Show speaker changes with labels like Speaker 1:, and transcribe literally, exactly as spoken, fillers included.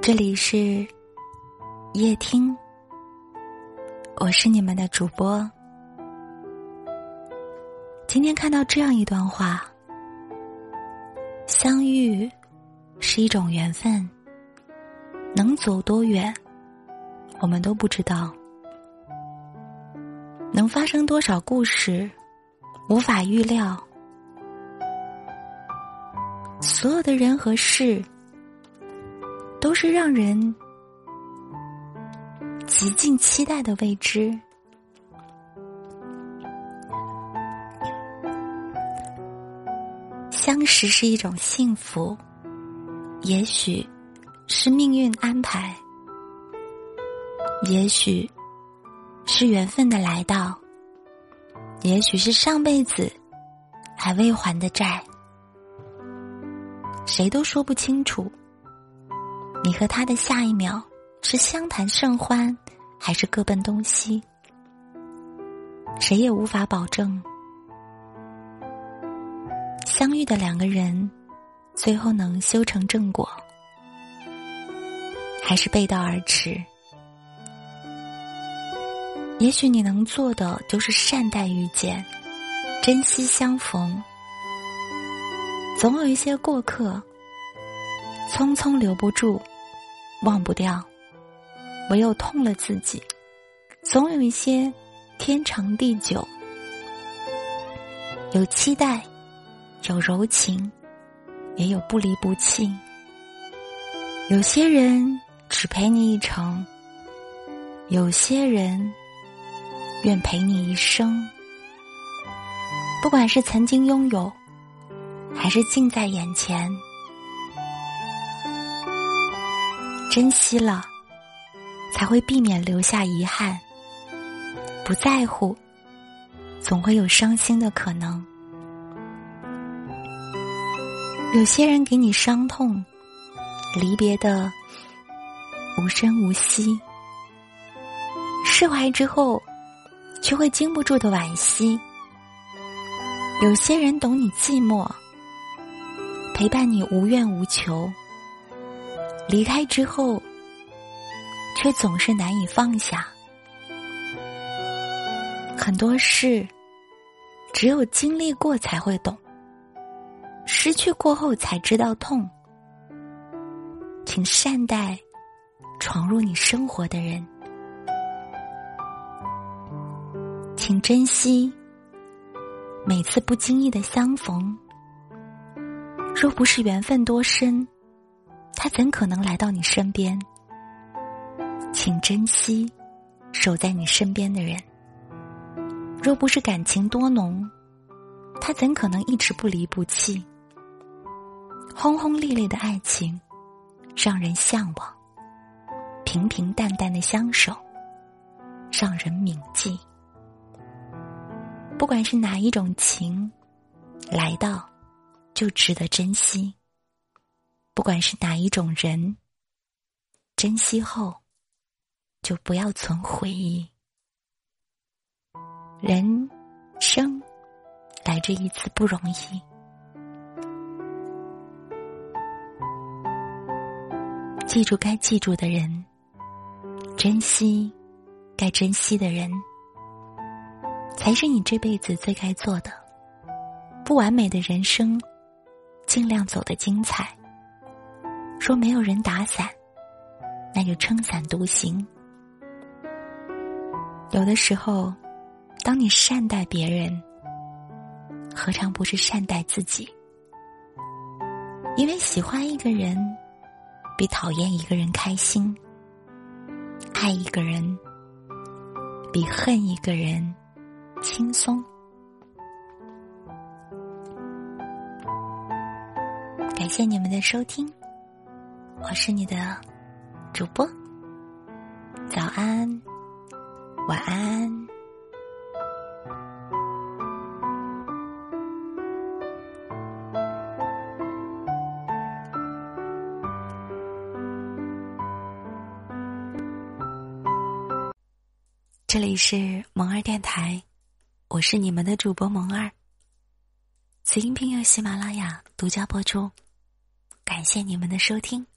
Speaker 1: 这里是夜听，我是你们的主播。今天看到这样一段话：相遇是一种缘分，能走多远我们都不知道，能发生多少故事无法预料。所有的人和事都是让人极尽期待的未知。相识是一种幸福，也许是命运安排，也许是缘分的来到，也许是上辈子还未还的债，谁都说不清楚。你和他的下一秒是相谈甚欢，还是各奔东西，谁也无法保证。相遇的两个人最后能修成正果，还是背道而驰。也许你能做的就是善待遇见，珍惜相逢。总有一些过客匆匆留不住，忘不掉，唯有痛了自己。总有一些天长地久，有期待，有柔情，也有不离不弃。有些人只陪你一程，有些人愿陪你一生。不管是曾经拥有，还是近在眼前，珍惜了才会避免留下遗憾，不在乎总会有伤心的可能。有些人给你伤痛，离别的无声无息，释怀之后却会经不住的惋惜。有些人懂你寂寞，陪伴你无怨无求，离开之后却总是难以放下。很多事只有经历过才会懂，失去过后才知道痛。请善待闯入你生活的人，请珍惜每次不经意的相逢。若不是缘分多深，他怎可能来到你身边？请珍惜守在你身边的人。若不是感情多浓，他怎可能一直不离不弃？轰轰烈烈的爱情让人向往，平平淡淡的相守让人铭记。不管是哪一种情来到就值得珍惜，不管是哪一种人珍惜后就不要存回忆。人生来这一次不容易，记住该记住的人，珍惜该珍惜的人，才是你这辈子最该做的。不完美的人生尽量走得精彩。若没有人打伞，那就撑伞独行。有的时候当你善待别人，何尝不是善待自己？因为喜欢一个人比讨厌一个人开心，爱一个人比恨一个人轻松。感谢你们的收听，我是你的主播，早安，晚安。这里是萌儿电台，我是你们的主播萌儿。此音频由喜马拉雅独家播出，感谢你们的收听。